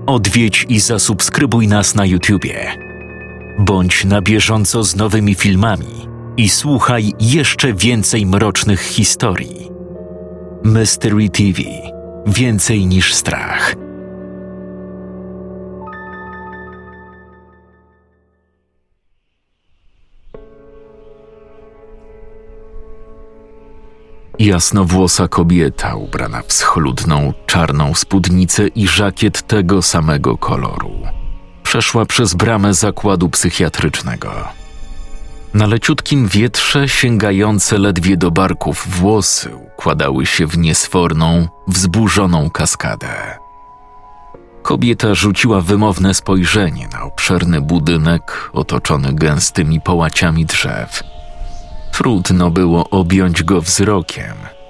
Odwiedź i zasubskrybuj nas na YouTubie. Bądź na bieżąco z nowymi filmami i słuchaj jeszcze więcej mrocznych historii. Mystery TV. Więcej niż strach. Jasnowłosa kobieta ubrana w schludną, czarną spódnicę i żakiet tego samego koloru przeszła przez bramę zakładu psychiatrycznego. Na leciutkim wietrze sięgające ledwie do barków włosy układały się w niesforną, wzburzoną kaskadę. Kobieta rzuciła wymowne spojrzenie na obszerny budynek otoczony gęstymi połaciami drzew. Trudno było objąć go wzrokiem.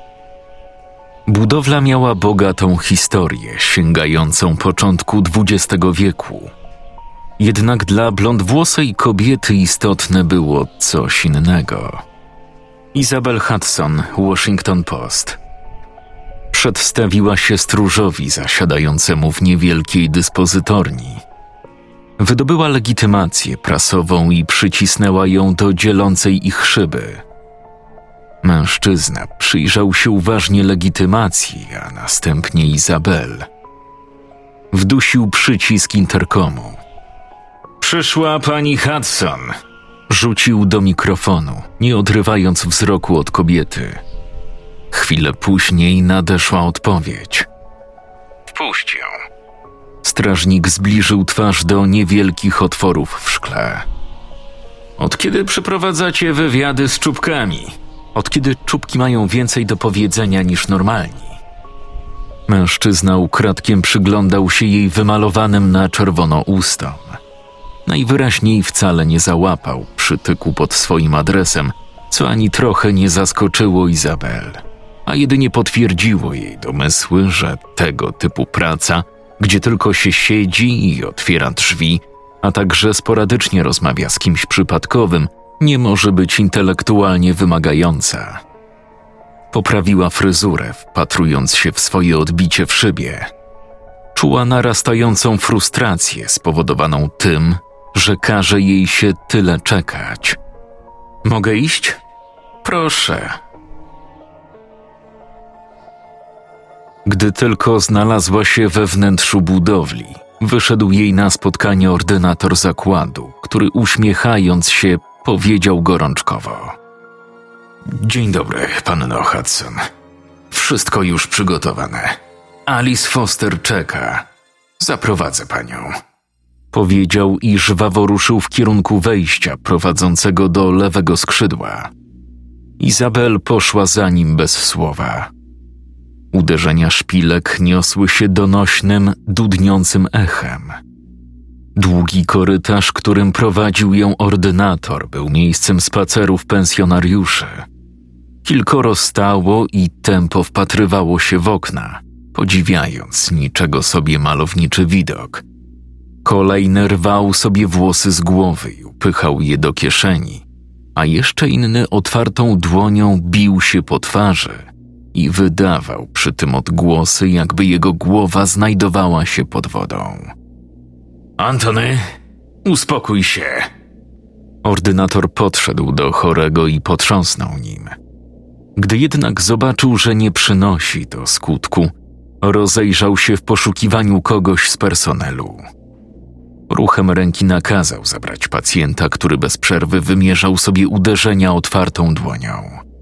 Budowla miała bogatą historię sięgającą początku XX wieku. Jednak dla blondwłosej kobiety istotne było coś innego. Isabel Hudson, Washington Post. Przedstawiła się stróżowi zasiadającemu w niewielkiej dyspozytorni. Wydobyła legitymację prasową i przycisnęła ją do dzielącej ich szyby. Mężczyzna przyjrzał się uważnie legitymacji, a następnie Isabel. Wdusił przycisk interkomu. Przyszła pani Hudson. Rzucił do mikrofonu, nie odrywając wzroku od kobiety. Chwilę później nadeszła odpowiedź. Wpuść ją. Strażnik zbliżył twarz do niewielkich otworów w szkle. Od kiedy przeprowadzacie wywiady z czubkami? Od kiedy czubki mają więcej do powiedzenia niż normalni? Mężczyzna ukradkiem przyglądał się jej wymalowanym na czerwono ustom. Najwyraźniej wcale nie załapał przytyku pod swoim adresem, co ani trochę nie zaskoczyło Isabel, a jedynie potwierdziło jej domysły, że tego typu praca, gdzie tylko się siedzi i otwiera drzwi, a także sporadycznie rozmawia z kimś przypadkowym, nie może być intelektualnie wymagająca. Poprawiła fryzurę, wpatrując się w swoje odbicie w szybie. Czuła narastającą frustrację spowodowaną tym, że każe jej się tyle czekać. Mogę iść? Proszę. Gdy tylko znalazła się we wnętrzu budowli, wyszedł jej na spotkanie ordynator zakładu, który uśmiechając się powiedział gorączkowo. Dzień dobry, panno Hudson. Wszystko już przygotowane. Alice Foster czeka. Zaprowadzę panią. Powiedział i żwawo ruszył w kierunku wejścia prowadzącego do lewego skrzydła. Isabel poszła za nim bez słowa. Uderzenia szpilek niosły się donośnym, dudniącym echem. Długi korytarz, którym prowadził ją ordynator, był miejscem spacerów pensjonariuszy. Kilkoro stało i tępo wpatrywało się w okna, podziwiając niczego sobie malowniczy widok. Kolejny rwał sobie włosy z głowy i upychał je do kieszeni, a jeszcze inny otwartą dłonią bił się po twarzy i wydawał przy tym odgłosy, jakby jego głowa znajdowała się pod wodą. Antony, uspokój się. Ordynator podszedł do chorego i potrząsnął nim. Gdy jednak zobaczył, że nie przynosi to skutku, rozejrzał się w poszukiwaniu kogoś z personelu. Ruchem ręki nakazał zabrać pacjenta, który bez przerwy wymierzał sobie uderzenia otwartą dłonią.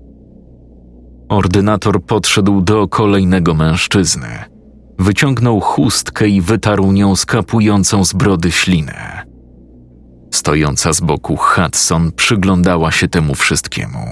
Ordynator podszedł do kolejnego mężczyzny. Wyciągnął chustkę i wytarł nią skapującą z brody ślinę. Stojąca z boku Hudson przyglądała się temu wszystkiemu.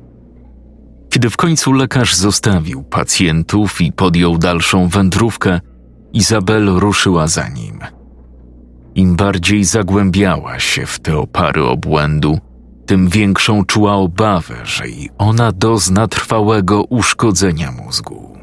Kiedy w końcu lekarz zostawił pacjentów i podjął dalszą wędrówkę, Isabel ruszyła za nim. Im bardziej zagłębiała się w te opary obłędu, tym większą czuła obawę, że i ona dozna trwałego uszkodzenia mózgu.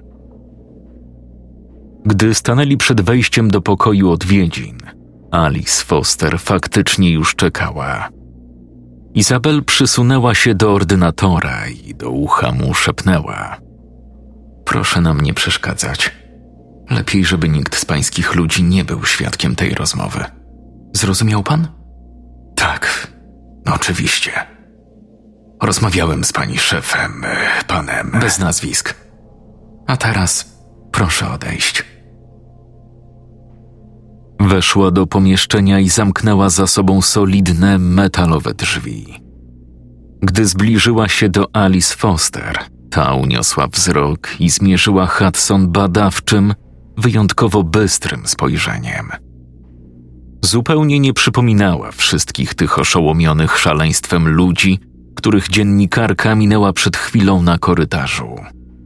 Gdy stanęli przed wejściem do pokoju odwiedzin, Alice Foster faktycznie już czekała. Isabel przysunęła się do ordynatora i do ucha mu szepnęła: proszę nam nie przeszkadzać. Lepiej, żeby nikt z pańskich ludzi nie był świadkiem tej rozmowy. Zrozumiał pan? Tak, oczywiście. Rozmawiałem z pani szefem, panem... Bez nazwisk. A teraz proszę odejść. Weszła do pomieszczenia i zamknęła za sobą solidne, metalowe drzwi. Gdy zbliżyła się do Alice Foster, ta uniosła wzrok i zmierzyła Hudson badawczym, wyjątkowo bystrym spojrzeniem. Zupełnie nie przypominała wszystkich tych oszołomionych szaleństwem ludzi, których dziennikarka minęła przed chwilą na korytarzu.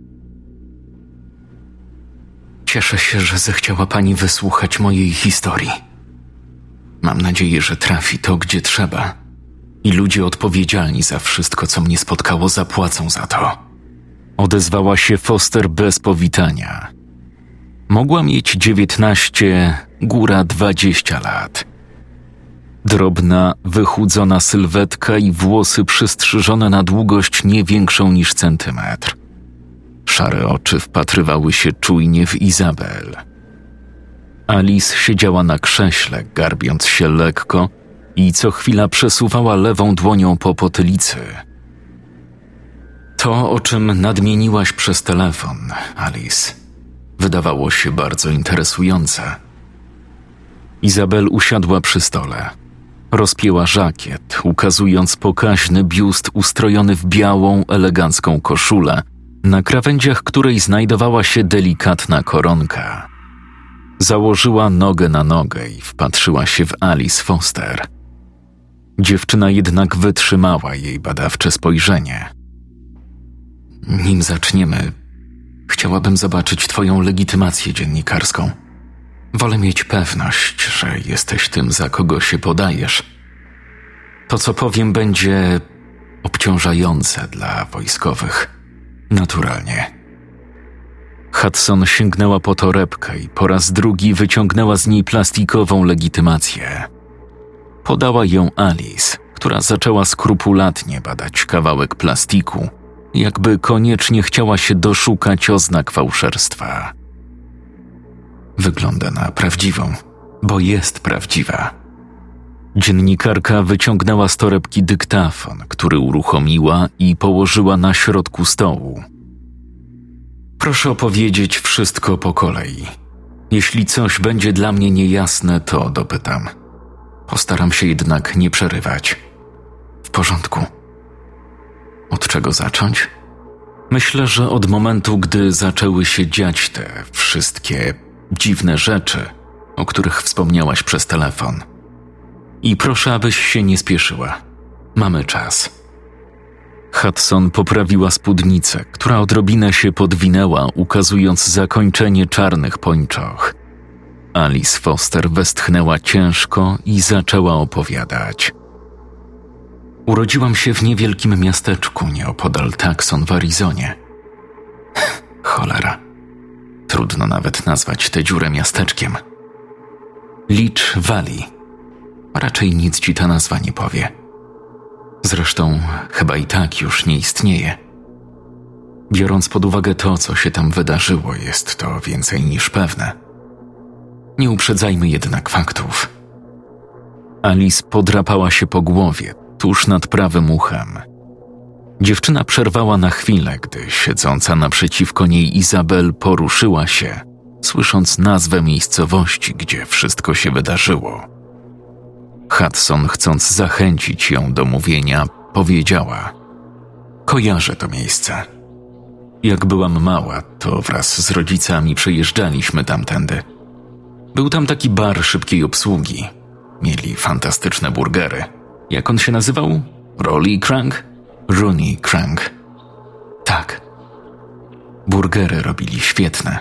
Cieszę się, że zechciała pani wysłuchać mojej historii. Mam nadzieję, że trafi to, gdzie trzeba i ludzie odpowiedzialni za wszystko, co mnie spotkało, zapłacą za to. Odezwała się Foster bez powitania. Mogła mieć 19, góra 20 lat. Drobna, wychudzona sylwetka i włosy przystrzyżone na długość nie większą niż centymetr. Szare oczy wpatrywały się czujnie w Izabel. Alice siedziała na krześle, garbiąc się lekko i co chwila przesuwała lewą dłonią po potylicy. To, o czym nadmieniłaś przez telefon, Alice, wydawało się bardzo interesujące. Izabel usiadła przy stole. Rozpięła żakiet, ukazując pokaźny biust ustrojony w białą, elegancką koszulę, na krawędziach której znajdowała się delikatna koronka. Założyła nogę na nogę i wpatrzyła się w Alice Foster. Dziewczyna jednak wytrzymała jej badawcze spojrzenie. Nim zaczniemy, chciałabym zobaczyć twoją legitymację dziennikarską. Wolę mieć pewność, że jesteś tym, za kogo się podajesz. To, co powiem, będzie obciążające dla wojskowych. Naturalnie. Hudson sięgnęła po torebkę i po raz drugi wyciągnęła z niej plastikową legitymację. Podała ją Alice, która zaczęła skrupulatnie badać kawałek plastiku, jakby koniecznie chciała się doszukać oznak fałszerstwa. Wygląda na prawdziwą, bo jest prawdziwa. Dziennikarka wyciągnęła z torebki dyktafon, który uruchomiła i położyła na środku stołu. Proszę opowiedzieć wszystko po kolei. Jeśli coś będzie dla mnie niejasne, to dopytam. Postaram się jednak nie przerywać. W porządku. Od czego zacząć? Myślę, że od momentu, gdy zaczęły się dziać te wszystkie dziwne rzeczy, o których wspomniałaś przez telefon. I proszę, abyś się nie spieszyła. Mamy czas. Hudson poprawiła spódnicę, która odrobinę się podwinęła, ukazując zakończenie czarnych pończoch. Alice Foster westchnęła ciężko i zaczęła opowiadać. Urodziłam się w niewielkim miasteczku nieopodal Tucson w Arizonie. Cholera. Trudno nawet nazwać tę dziurę miasteczkiem. Leech Valley. Raczej nic ci ta nazwa nie powie. Zresztą chyba i tak już nie istnieje. Biorąc pod uwagę to, co się tam wydarzyło, jest to więcej niż pewne. Nie uprzedzajmy jednak faktów. Alice podrapała się po głowie, tuż nad prawym uchem. Dziewczyna przerwała na chwilę, gdy siedząca naprzeciwko niej Izabel poruszyła się, słysząc nazwę miejscowości, gdzie wszystko się wydarzyło. Hudson, chcąc zachęcić ją do mówienia, powiedziała: kojarzę to miejsce. Jak byłam mała, to wraz z rodzicami przejeżdżaliśmy tamtędy. Był tam taki bar szybkiej obsługi. Mieli fantastyczne burgery. Jak on się nazywał? Rolly Crank? Rooney Crank. Tak. Burgery robili świetne.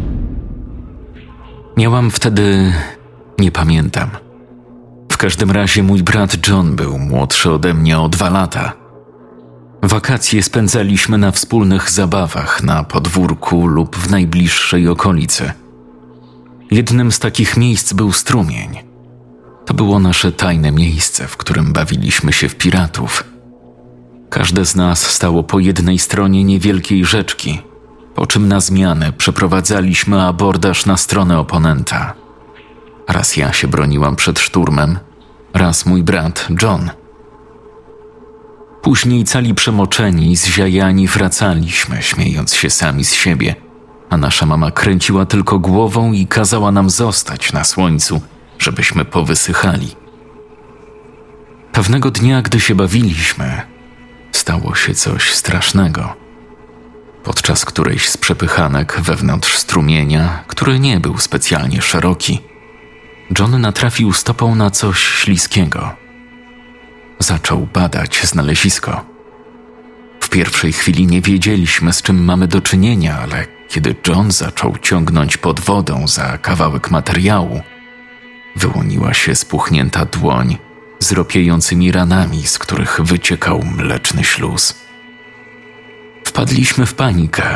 Miałam wtedy... nie pamiętam. W każdym razie mój brat John był młodszy ode mnie o 2 lata. Wakacje spędzaliśmy na wspólnych zabawach na podwórku lub w najbliższej okolicy. Jednym z takich miejsc był strumień. To było nasze tajne miejsce, w którym bawiliśmy się w piratów. Każde z nas stało po jednej stronie niewielkiej rzeczki, po czym na zmianę przeprowadzaliśmy abordaż na stronę oponenta. Raz ja się broniłam przed szturmem, raz mój brat John. Później cali przemoczeni i zziajani wracaliśmy, śmiejąc się sami z siebie, a nasza mama kręciła tylko głową i kazała nam zostać na słońcu, żebyśmy powysychali. Pewnego dnia, gdy się bawiliśmy, stało się coś strasznego. Podczas którejś z przepychanek wewnątrz strumienia, który nie był specjalnie szeroki, John natrafił stopą na coś śliskiego. Zaczął badać znalezisko. W pierwszej chwili nie wiedzieliśmy, z czym mamy do czynienia, ale kiedy John zaczął ciągnąć pod wodą za kawałek materiału, wyłoniła się spuchnięta dłoń z ropiejącymi ranami, z których wyciekał mleczny śluz. Wpadliśmy w panikę.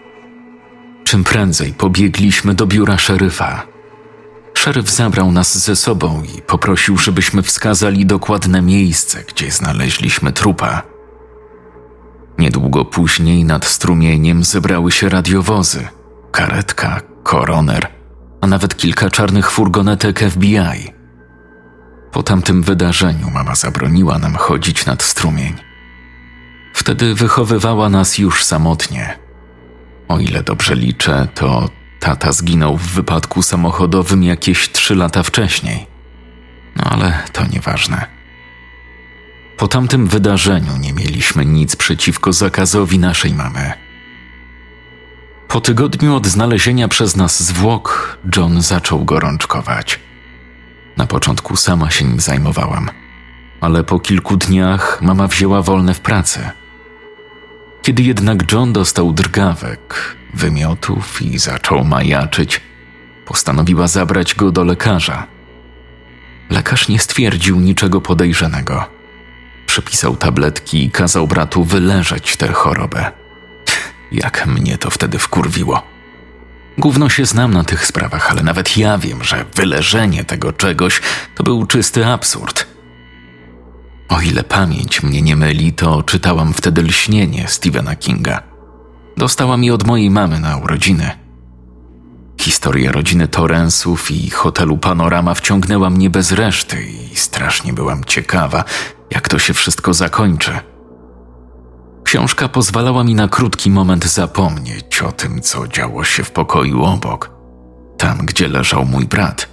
Czym prędzej pobiegliśmy do biura szeryfa. Szeryf zabrał nas ze sobą i poprosił, żebyśmy wskazali dokładne miejsce, gdzie znaleźliśmy trupa. Niedługo później nad strumieniem zebrały się radiowozy, karetka, koroner, a nawet kilka czarnych furgonetek FBI. Po tamtym wydarzeniu mama zabroniła nam chodzić nad strumień. Wtedy wychowywała nas już samotnie. O ile dobrze liczę, to tata zginął w wypadku samochodowym jakieś 3 lata wcześniej. No ale to nieważne. Po tamtym wydarzeniu nie mieliśmy nic przeciwko zakazowi naszej mamy. Po tygodniu od znalezienia przez nas zwłok, John zaczął gorączkować. Na początku sama się nim zajmowałam, ale po kilku dniach mama wzięła wolne w pracy. Kiedy jednak John dostał drgawek, wymiotów i zaczął majaczyć, postanowiła zabrać go do lekarza. Lekarz nie stwierdził niczego podejrzanego. Przepisał tabletki i kazał bratu wyleżeć tę chorobę. Jak mnie to wtedy wkurwiło. Gówno się znam na tych sprawach, ale nawet ja wiem, że wyleżenie tego czegoś to był czysty absurd. O ile pamięć mnie nie myli, to czytałam wtedy Lśnienie Stephena Kinga. Dostałam je od mojej mamy na urodziny. Historia rodziny Torrensów i hotelu Panorama wciągnęła mnie bez reszty i strasznie byłam ciekawa, jak to się wszystko zakończy. Książka pozwalała mi na krótki moment zapomnieć o tym, co działo się w pokoju obok, tam gdzie leżał mój brat.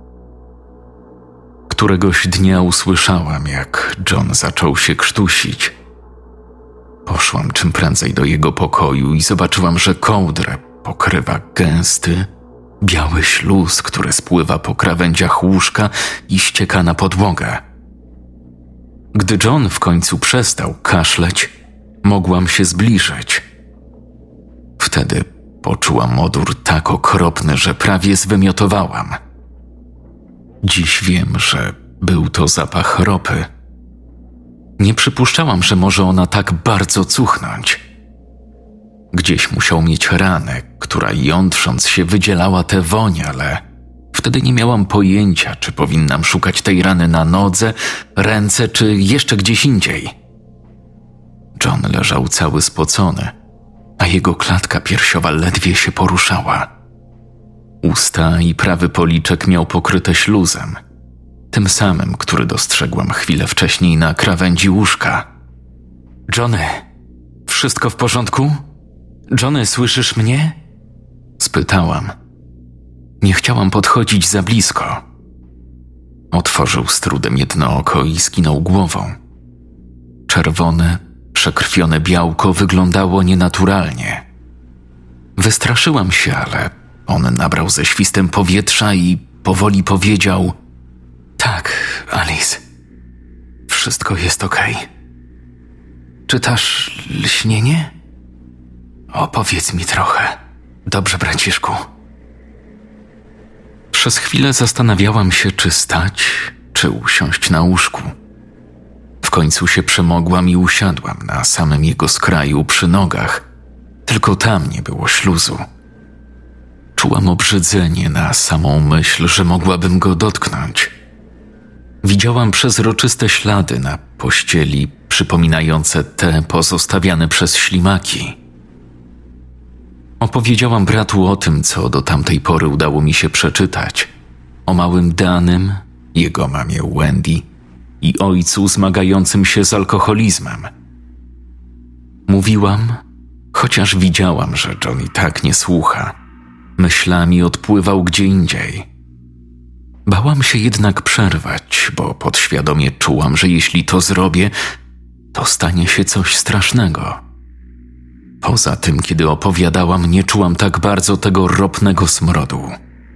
Któregoś dnia usłyszałam, jak John zaczął się krztusić. Poszłam czym prędzej do jego pokoju i zobaczyłam, że kołdrę pokrywa gęsty, biały śluz, który spływa po krawędziach łóżka i ścieka na podłogę. Gdy John w końcu przestał kaszleć, mogłam się zbliżyć. Wtedy poczułam odór tak okropny, że prawie zwymiotowałam. Dziś wiem, że był to zapach ropy. Nie przypuszczałam, że może ona tak bardzo cuchnąć. Gdzieś musiał mieć ranę, która jątrząc się wydzielała tę woń, ale wtedy nie miałam pojęcia, czy powinnam szukać tej rany na nodze, ręce czy jeszcze gdzieś indziej. John leżał cały spocony, a jego klatka piersiowa ledwie się poruszała. Usta i prawy policzek miał pokryte śluzem, tym samym, który dostrzegłam chwilę wcześniej na krawędzi łóżka. Johnny, wszystko w porządku? Johnny, słyszysz mnie? Spytałam. Nie chciałam podchodzić za blisko. Otworzył z trudem jedno oko i skinął głową. Czerwone, przekrwione białko wyglądało nienaturalnie. Wystraszyłam się, ale on nabrał ze świstem powietrza i powoli powiedział: tak, Alice, wszystko jest okej. Czytasz Lśnienie? Opowiedz mi trochę. Dobrze, braciszku. Przez chwilę zastanawiałam się, czy stać, czy usiąść na łóżku. W końcu się przemogłam i usiadłam na samym jego skraju przy nogach. Tylko tam nie było śluzu. Czułam obrzydzenie na samą myśl, że mogłabym go dotknąć. Widziałam przezroczyste ślady na pościeli, przypominające te pozostawiane przez ślimaki. Opowiedziałam bratu o tym, co do tamtej pory udało mi się przeczytać. O małym Danym, jego mamie Wendy i ojcu zmagającym się z alkoholizmem. Mówiłam, chociaż widziałam, że John i tak nie słucha. Myślami odpływał gdzie indziej. Bałam się jednak przerwać, bo podświadomie czułam, że jeśli to zrobię, to stanie się coś strasznego. Poza tym, kiedy opowiadałam, nie czułam tak bardzo tego ropnego smrodu.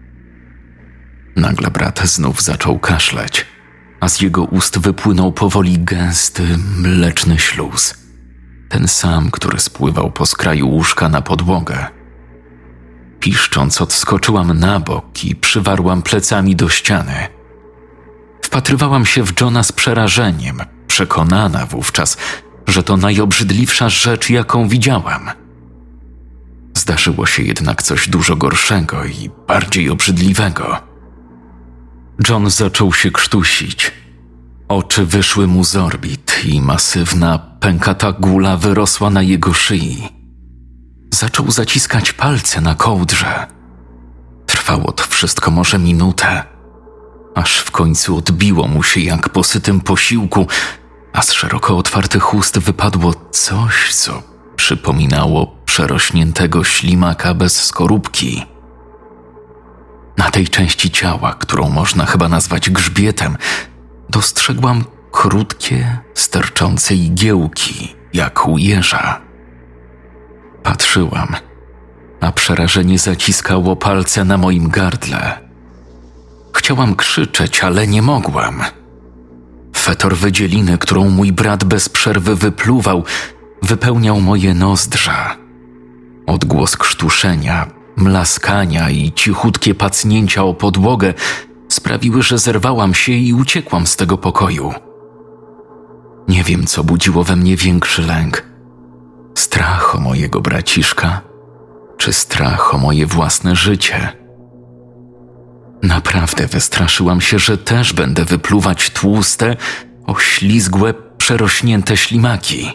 Nagle brat znów zaczął kaszleć, a z jego ust wypłynął powoli gęsty, mleczny śluz. Ten sam, który spływał po skraju łóżka na podłogę. Piszcząc, odskoczyłam na bok i przywarłam plecami do ściany. Wpatrywałam się w Johna z przerażeniem, przekonana wówczas, że to najobrzydliwsza rzecz, jaką widziałam. Zdarzyło się jednak coś dużo gorszego i bardziej obrzydliwego. John zaczął się krztusić. Oczy wyszły mu z orbit i masywna, pękata gula wyrosła na jego szyi. Zaczął zaciskać palce na kołdrze. Trwało to wszystko może minutę, aż w końcu odbiło mu się jak po sytym posiłku, a z szeroko otwartych ust wypadło coś, co przypominało przerośniętego ślimaka bez skorupki. Na tej części ciała, którą można chyba nazwać grzbietem, dostrzegłam krótkie, sterczące igiełki, jak u jeża. Patrzyłam, a przerażenie zaciskało palce na moim gardle. Chciałam krzyczeć, ale nie mogłam. Fetor wydzieliny, którą mój brat bez przerwy wypluwał, wypełniał moje nozdrza. Odgłos krztuszenia, mlaskania i cichutkie pacnięcia o podłogę sprawiły, że zerwałam się i uciekłam z tego pokoju. Nie wiem, co budziło we mnie większy lęk. Strach o mojego braciszka, czy strach o moje własne życie? Naprawdę wystraszyłam się, że też będę wypluwać tłuste, oślizgłe, przerośnięte ślimaki.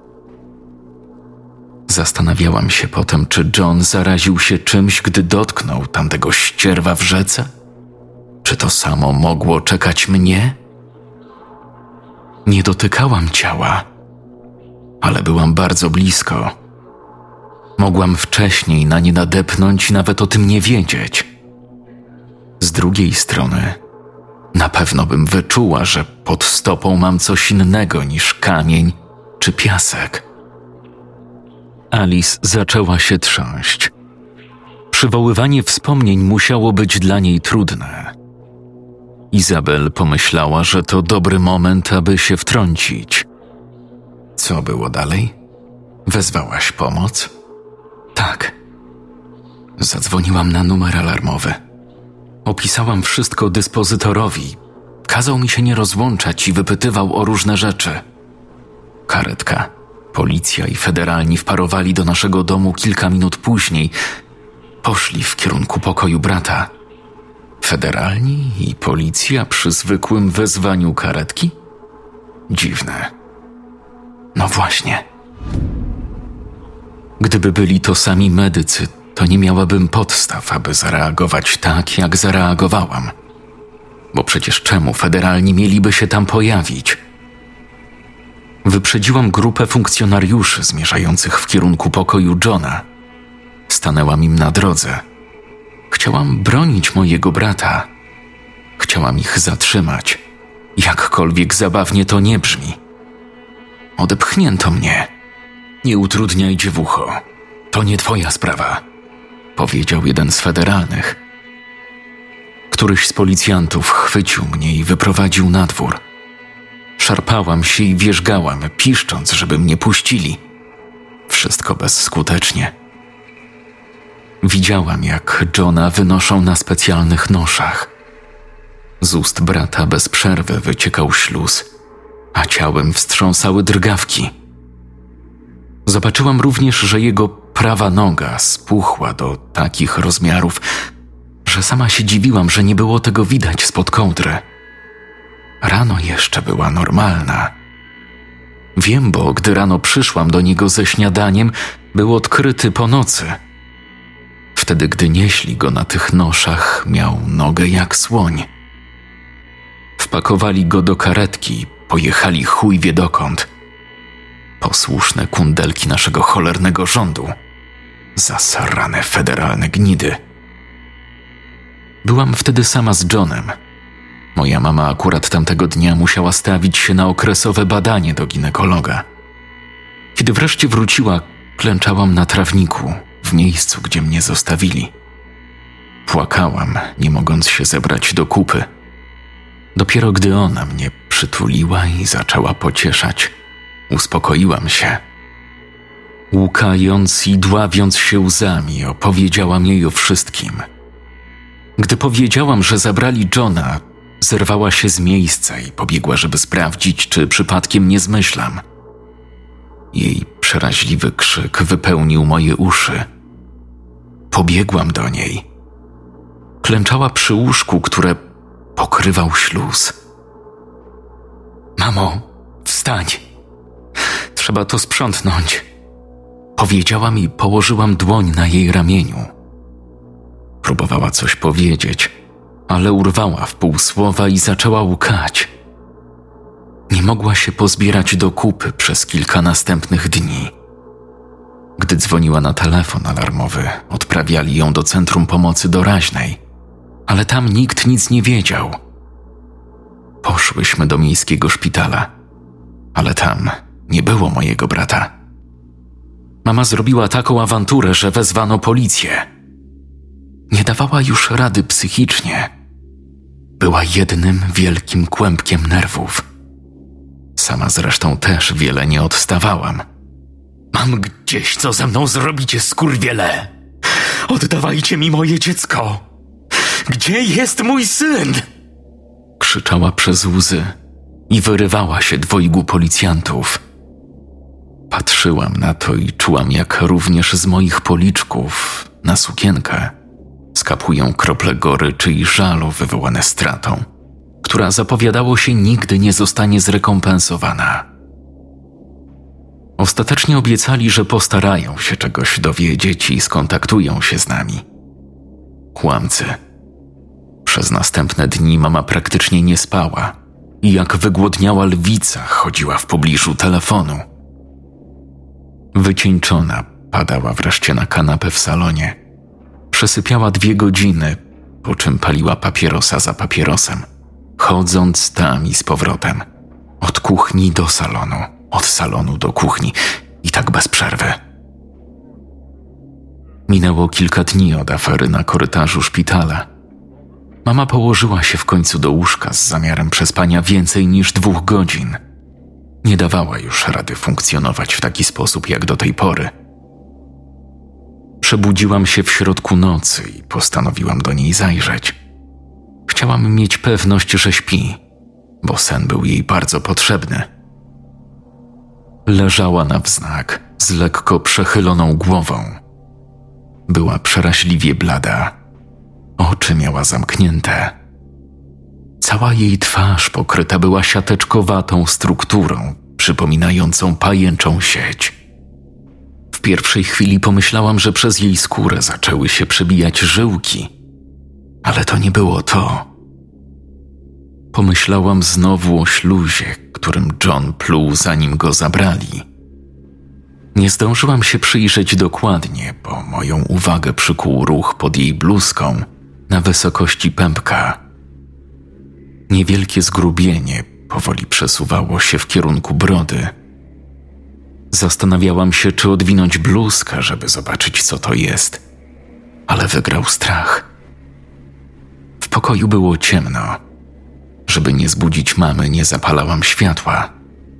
Zastanawiałam się potem, czy John zaraził się czymś, gdy dotknął tamtego ścierwa w rzece? Czy to samo mogło czekać mnie? Nie dotykałam ciała, ale byłam bardzo blisko. Mogłam wcześniej na nie nadepnąć i nawet o tym nie wiedzieć. Z drugiej strony, na pewno bym wyczuła, że pod stopą mam coś innego niż kamień czy piasek. Alice zaczęła się trząść. Przywoływanie wspomnień musiało być dla niej trudne. Izabel pomyślała, że to dobry moment, aby się wtrącić. Co było dalej? Wezwałaś pomoc? Tak. Zadzwoniłam na numer alarmowy. Opisałam wszystko dyspozytorowi. Kazał mi się nie rozłączać i wypytywał o różne rzeczy. Karetka, policja i federalni wparowali do naszego domu kilka minut później. Poszli w kierunku pokoju brata. Federalni i policja przy zwykłym wezwaniu karetki? Dziwne. No właśnie. Gdyby byli to sami medycy, to nie miałabym podstaw, aby zareagować tak, jak zareagowałam. Bo przecież czemu federalni mieliby się tam pojawić? Wyprzedziłam grupę funkcjonariuszy zmierzających w kierunku pokoju Johna. Stanęłam im na drodze. Chciałam bronić mojego brata. Chciałam ich zatrzymać. Jakkolwiek zabawnie to nie brzmi. Odepchnięto mnie. Nie utrudniaj, dziewucho. To nie twoja sprawa, powiedział jeden z federalnych. Któryś z policjantów chwycił mnie i wyprowadził na dwór. Szarpałam się i wierzgałam, piszcząc, żeby mnie puścili. Wszystko bezskutecznie. Widziałam, jak Johna wynoszą na specjalnych noszach. Z ust brata bez przerwy wyciekał śluz, a ciałem wstrząsały drgawki. Zobaczyłam również, że jego prawa noga spuchła do takich rozmiarów, że sama się dziwiłam, że nie było tego widać spod kołdry. Rano jeszcze była normalna. Wiem, bo gdy rano przyszłam do niego ze śniadaniem, był odkryty po nocy. wtedy, gdy nieśli go na tych noszach, miał nogę jak słoń. Wpakowali go do karetki, pojechali chuj wie dokąd. Posłuszne kundelki naszego cholernego rządu. Zasrane federalne gnidy. Byłam wtedy sama z Johnem. Moja mama akurat tamtego dnia musiała stawić się na okresowe badanie do ginekologa. Kiedy wreszcie wróciła, klęczałam na trawniku, w miejscu, gdzie mnie zostawili. Płakałam, nie mogąc się zebrać do kupy. Dopiero gdy ona mnie przytuliła i zaczęła pocieszać, uspokoiłam się. Łkając i dławiąc się łzami, opowiedziałam jej o wszystkim. Gdy powiedziałam, że zabrali Johna, zerwała się z miejsca i pobiegła, żeby sprawdzić, czy przypadkiem nie zmyślam. Jej przeraźliwy krzyk wypełnił moje uszy. Pobiegłam do niej. Klęczała przy łóżku, które pokrywał śluz. Mamo, wstań! Trzeba to sprzątnąć. Powiedziałam i położyłam dłoń na jej ramieniu. Próbowała coś powiedzieć, ale urwała w pół słowa i zaczęła łkać. Nie mogła się pozbierać do kupy przez kilka następnych dni. Gdy dzwoniła na telefon alarmowy, odprawiali ją do Centrum Pomocy Doraźnej, ale tam nikt nic nie wiedział. Poszłyśmy do miejskiego szpitala, ale tam nie było mojego brata. Mama zrobiła taką awanturę, że wezwano policję. Nie dawała już rady psychicznie. Była jednym wielkim kłębkiem nerwów. Sama zresztą też wiele nie odstawałam. Mam gdzieś co ze mną zrobicie, skurwiele! Oddawajcie mi moje dziecko! Gdzie jest mój syn? Krzyczała przez łzy i wyrywała się dwojgu policjantów. Patrzyłam na to i czułam, jak również z moich policzków na sukienkę skapują krople goryczy i żalu wywołane stratą, która zapowiadało się nigdy nie zostanie zrekompensowana. Ostatecznie obiecali, że postarają się czegoś dowiedzieć i skontaktują się z nami. Kłamcy. Przez następne dni mama praktycznie nie spała i jak wygłodniała lwica chodziła w pobliżu telefonu. Wycieńczona padała wreszcie na kanapę w salonie. Przesypiała 2 godziny, po czym paliła papierosa za papierosem, chodząc tam i z powrotem. Od kuchni do salonu, od salonu do kuchni i tak bez przerwy. Minęło kilka dni od afery na korytarzu szpitala. Mama położyła się w końcu do łóżka z zamiarem przespania więcej niż 2 godzin. Nie dawała już rady funkcjonować w taki sposób jak do tej pory. Przebudziłam się w środku nocy i postanowiłam do niej zajrzeć. Chciałam mieć pewność, że śpi, bo sen był jej bardzo potrzebny. Leżała na wznak z lekko przechyloną głową. Była przeraźliwie blada. Oczy miała zamknięte. Cała jej twarz pokryta była siateczkowatą strukturą, przypominającą pajęczą sieć. W pierwszej chwili pomyślałam, że przez jej skórę zaczęły się przebijać żyłki, ale to nie było to. Pomyślałam znowu o śluzie, którym John pluł, zanim go zabrali. Nie zdążyłam się przyjrzeć dokładnie, bo moją uwagę przykuł ruch pod jej bluzką na wysokości pępka. Niewielkie zgrubienie powoli przesuwało się w kierunku brody. Zastanawiałam się, czy odwinąć bluzkę, żeby zobaczyć, co to jest, ale wygrał strach. W pokoju było ciemno. Żeby nie zbudzić mamy, nie zapalałam światła.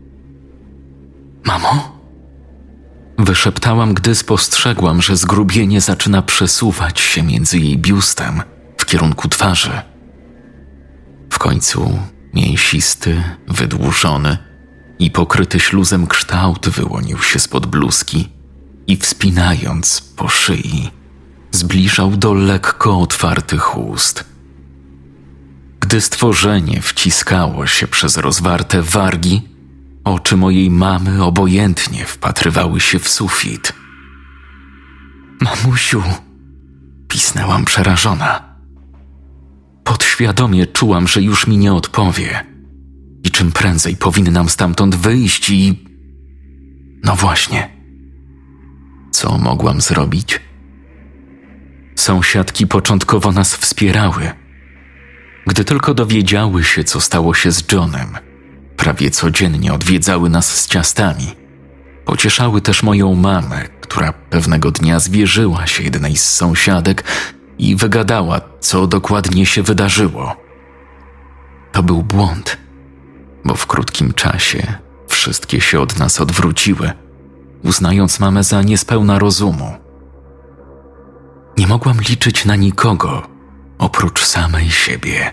Mamo? Wyszeptałam, gdy spostrzegłam, że zgrubienie zaczyna przesuwać się między jej biustem w kierunku twarzy. W końcu mięsisty, wydłużony i pokryty śluzem kształt wyłonił się spod bluzki i wspinając po szyi, zbliżał do lekko otwartych ust. Gdy stworzenie wciskało się przez rozwarte wargi, oczy mojej mamy obojętnie wpatrywały się w sufit. Mamusiu, pisnęłam przerażona. Podświadomie czułam, że już mi nie odpowie i czym prędzej powinnam stamtąd wyjść i... No właśnie. Co mogłam zrobić? Sąsiadki początkowo nas wspierały. Gdy tylko dowiedziały się, co stało się z Johnem, prawie codziennie odwiedzały nas z ciastami. Pocieszały też moją mamę, która pewnego dnia zwierzyła się jednej z sąsiadek i wygadała, co dokładnie się wydarzyło. To był błąd, bo w krótkim czasie wszystkie się od nas odwróciły, uznając mamę za niespełna rozumu. Nie mogłam liczyć na nikogo, oprócz samej siebie.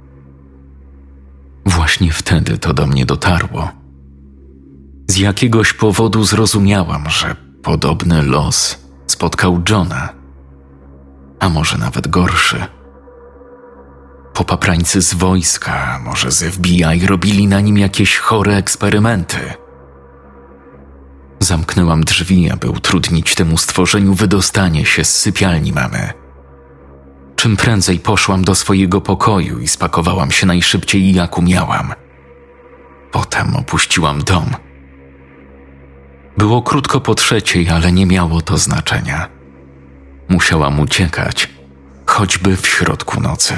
Właśnie wtedy to do mnie dotarło. Z jakiegoś powodu zrozumiałam, że podobny los spotkał Johna, a może nawet gorszy. Popaprańcy z wojska, może z FBI robili na nim jakieś chore eksperymenty. Zamknęłam drzwi, aby utrudnić temu stworzeniu wydostanie się z sypialni mamy. Czym prędzej poszłam do swojego pokoju i spakowałam się najszybciej jak umiałam. Potem opuściłam dom. Było krótko po 3:00, ale nie miało to znaczenia. Musiałam uciekać, choćby w środku nocy.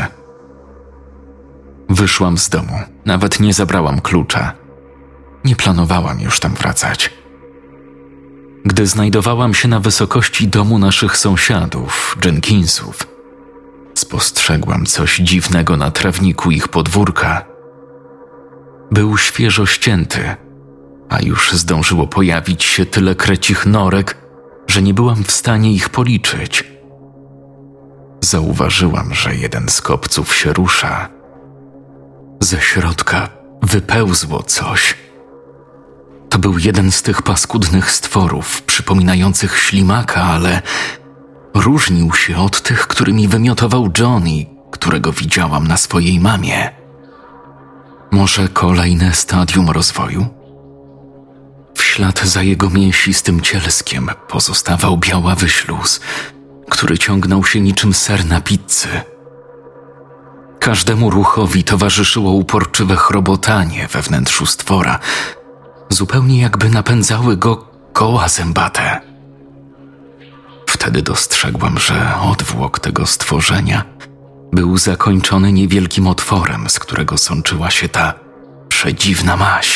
Wyszłam z domu, nawet nie zabrałam klucza. Nie planowałam już tam wracać. Gdy znajdowałam się na wysokości domu naszych sąsiadów, Jenkinsów, spostrzegłam coś dziwnego na trawniku ich podwórka. Był świeżo ścięty, a już zdążyło pojawić się tyle krecich norek, że nie byłam w stanie ich policzyć. Zauważyłam, że jeden z kopców się rusza. Ze środka wypełzło coś. To był jeden z tych paskudnych stworów, przypominających ślimaka, ale różnił się od tych, którymi wymiotował John i którego widziałam na swojej mamie. Może kolejne stadium rozwoju? W ślad za jego mięsistym cielskiem pozostawał białawy śluz, który ciągnął się niczym ser na pizzy. Każdemu ruchowi towarzyszyło uporczywe chrobotanie we wnętrzu stwora, zupełnie jakby napędzały go koła zębate. Wtedy dostrzegłam, że odwłok tego stworzenia był zakończony niewielkim otworem, z którego sączyła się ta przedziwna maź.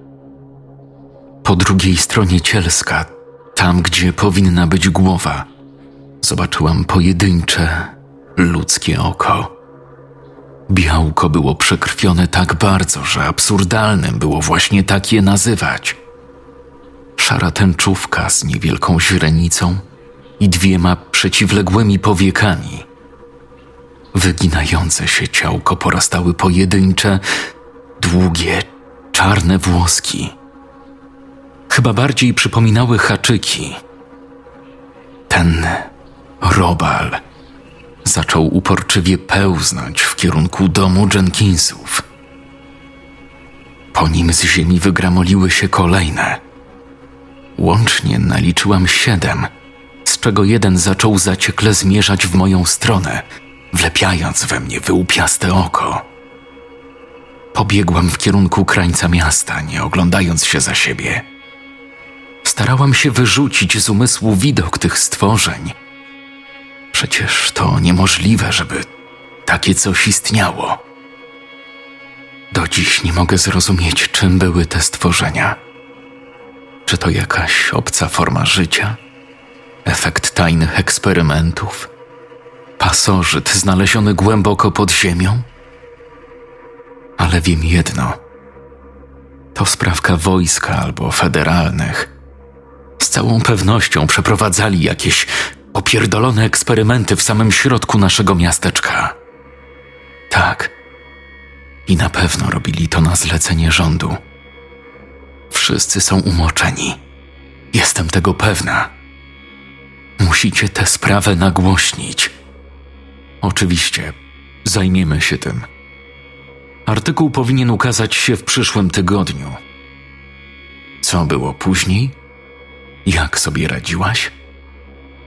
Po drugiej stronie cielska, tam gdzie powinna być głowa, zobaczyłam pojedyncze, ludzkie oko. Białko było przekrwione tak bardzo, że absurdalnym było właśnie tak je nazywać. Szara tęczówka z niewielką źrenicą i 2 przeciwległymi powiekami. Wyginające się ciałko porastały pojedyncze, długie, czarne włoski. Chyba bardziej przypominały haczyki. Ten robal zaczął uporczywie pełznąć w kierunku domu Jenkinsów. Po nim z ziemi wygramoliły się kolejne. Łącznie naliczyłam 7, z czego jeden zaczął zaciekle zmierzać w moją stronę, wlepiając we mnie wyłupiaste oko. Pobiegłam w kierunku krańca miasta, nie oglądając się za siebie. Starałam się wyrzucić z umysłu widok tych stworzeń. Przecież to niemożliwe, żeby takie coś istniało. Do dziś nie mogę zrozumieć, czym były te stworzenia. Czy to jakaś obca forma życia? Efekt tajnych eksperymentów? Pasożyt znaleziony głęboko pod ziemią? Ale wiem jedno. To sprawka wojska albo federalnych. Z całą pewnością przeprowadzali jakieś opierdolone eksperymenty w samym środku naszego miasteczka. Tak. I na pewno robili to na zlecenie rządu. Wszyscy są umoczeni. Jestem tego pewna. Musicie tę sprawę nagłośnić. Oczywiście, zajmiemy się tym. Artykuł powinien ukazać się w przyszłym tygodniu. Co było później? Jak sobie radziłaś?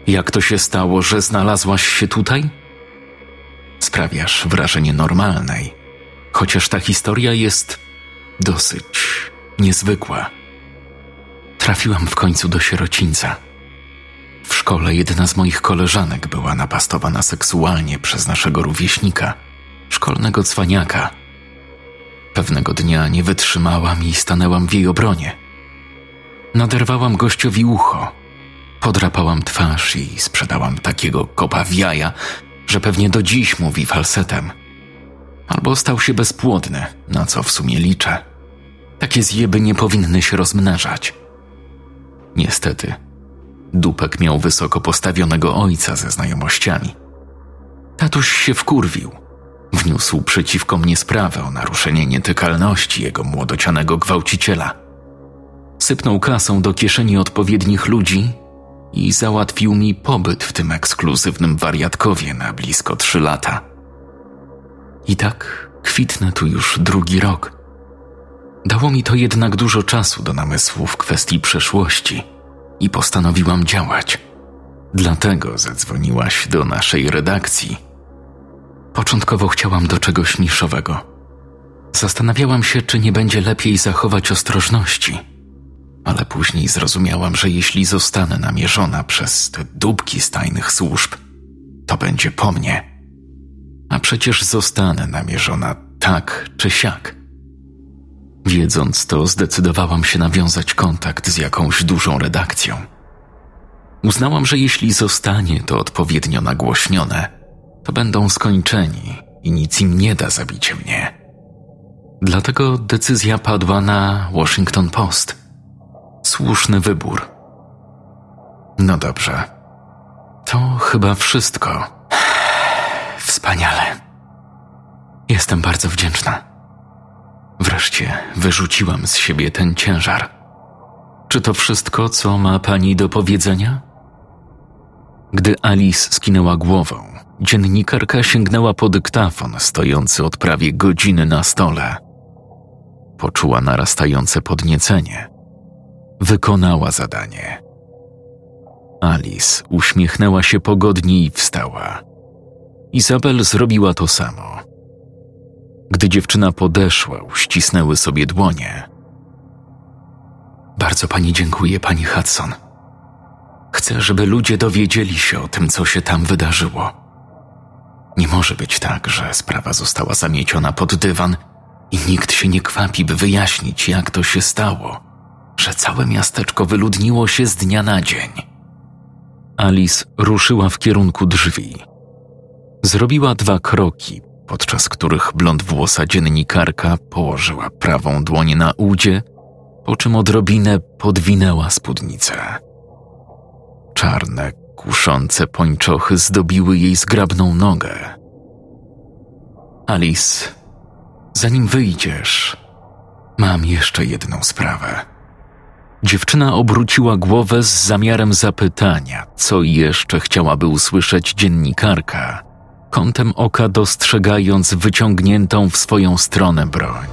Jak to się stało, że znalazłaś się tutaj? Sprawiasz wrażenie normalnej, chociaż ta historia jest dosyć niezwykła. Trafiłam w końcu do sierocińca. W szkole jedna z moich koleżanek była napastowana seksualnie przez naszego rówieśnika, szkolnego cwaniaka. Pewnego dnia nie wytrzymałam i stanęłam w jej obronie. Naderwałam gościowi ucho, podrapałam twarz i sprzedałam takiego kopa w jaja, że pewnie do dziś mówi falsetem. Albo stał się bezpłodny, na co w sumie liczę. Takie zjeby nie powinny się rozmnażać. Niestety, Dupek miał wysoko postawionego ojca ze znajomościami. Tatuś się wkurwił. Wniósł przeciwko mnie sprawę o naruszenie nietykalności jego młodocianego gwałciciela. Sypnął kasą do kieszeni odpowiednich ludzi i załatwił mi pobyt w tym ekskluzywnym wariatkowie na blisko 3 lata. I tak kwitnę tu już 2. rok. Dało mi to jednak dużo czasu do namysłu w kwestii przeszłości i postanowiłam działać. Dlatego zadzwoniłaś do naszej redakcji. Początkowo chciałam do czegoś niszowego. Zastanawiałam się, czy nie będzie lepiej zachować ostrożności, ale później zrozumiałam, że jeśli zostanę namierzona przez te dupki z tajnych służb, to będzie po mnie. A przecież zostanę namierzona tak czy siak. Wiedząc to, zdecydowałam się nawiązać kontakt z jakąś dużą redakcją. Uznałam, że jeśli zostanie to odpowiednio nagłośnione, to będą skończeni i nic im nie da zabicie mnie. Dlatego decyzja padła na Washington Post. Słuszny wybór. No dobrze. To chyba wszystko. Wspaniale. Jestem bardzo wdzięczna. Wreszcie wyrzuciłam z siebie ten ciężar. Czy to wszystko, co ma pani do powiedzenia? Gdy Alice skinęła głową, dziennikarka sięgnęła po dyktafon stojący od prawie godziny na stole. Poczuła narastające podniecenie. Wykonała zadanie. Alice uśmiechnęła się pogodnie i wstała. Izabel zrobiła to samo. Gdy dziewczyna podeszła, uścisnęły sobie dłonie. Bardzo pani dziękuję, pani Hudson. Chcę, żeby ludzie dowiedzieli się o tym, co się tam wydarzyło. Nie może być tak, że sprawa została zamieciona pod dywan i nikt się nie kwapi, by wyjaśnić, jak to się stało, że całe miasteczko wyludniło się z dnia na dzień. Alice ruszyła w kierunku drzwi. Zrobiła 2 kroki, podczas których blondwłosa dziennikarka położyła prawą dłoń na udzie, po czym odrobinę podwinęła spódnicę. Czarne, kuszące pończochy zdobiły jej zgrabną nogę. Alice, zanim wyjdziesz, mam jeszcze jedną sprawę. Dziewczyna obróciła głowę z zamiarem zapytania, co jeszcze chciałaby usłyszeć dziennikarka, kątem oka dostrzegając wyciągniętą w swoją stronę broń.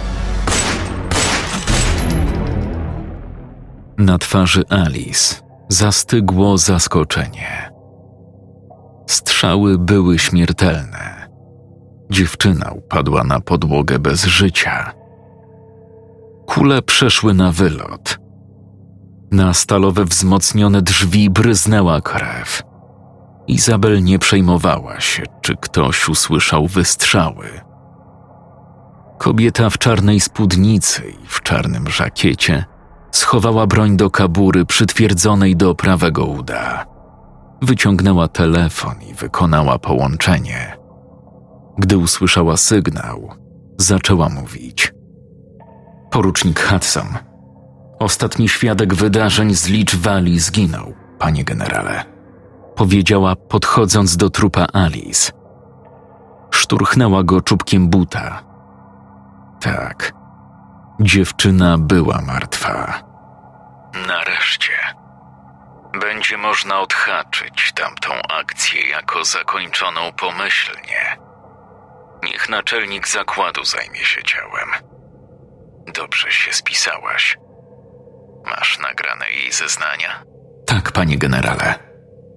Na twarzy Alice zastygło zaskoczenie. Strzały były śmiertelne. Dziewczyna upadła na podłogę bez życia. Kule przeszły na wylot. Na stalowe wzmocnione drzwi bryznęła krew. Izabel nie przejmowała się, czy ktoś usłyszał wystrzały. Kobieta w czarnej spódnicy i w czarnym żakiecie schowała broń do kabury przytwierdzonej do prawego uda. Wyciągnęła telefon i wykonała połączenie. Gdy usłyszała sygnał, zaczęła mówić. Porucznik Hudson. Ostatni świadek wydarzeń z Leech Valley zginął, panie generale. Powiedziała, podchodząc do trupa Alice. Szturchnęła go czubkiem buta. Tak, dziewczyna była martwa. Nareszcie. Będzie można odhaczyć tamtą akcję jako zakończoną pomyślnie. Niech naczelnik zakładu zajmie się ciałem. Dobrze się spisałaś. Masz nagrane jej zeznania? Tak, panie generale.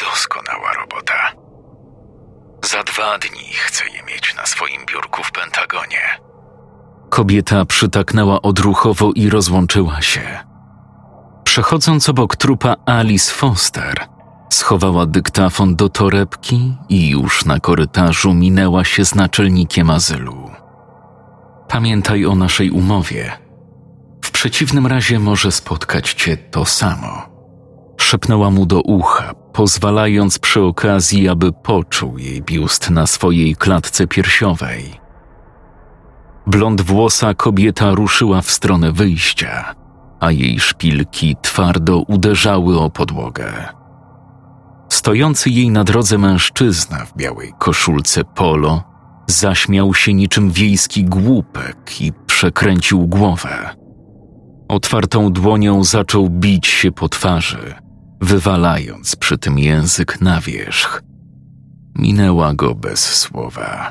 Doskonała robota. Za 2 dni chcę je mieć na swoim biurku w Pentagonie. Kobieta przytaknęła odruchowo i rozłączyła się. Przechodząc obok trupa Alice Foster, schowała dyktafon do torebki i już na korytarzu minęła się z naczelnikiem azylu. Pamiętaj o naszej umowie. W przeciwnym razie może spotkać cię to samo. Szepnęła mu do ucha, pozwalając przy okazji, aby poczuł jej biust na swojej klatce piersiowej. Blondwłosa kobieta ruszyła w stronę wyjścia, a jej szpilki twardo uderzały o podłogę. Stojący jej na drodze mężczyzna w białej koszulce polo zaśmiał się niczym wiejski głupek i przekręcił głowę. Otwartą dłonią zaczął bić się po twarzy, wywalając przy tym język na wierzch. Minęła go bez słowa.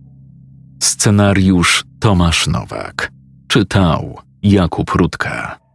Scenariusz Tomasz Nowak. Czytał Jakub Rutka.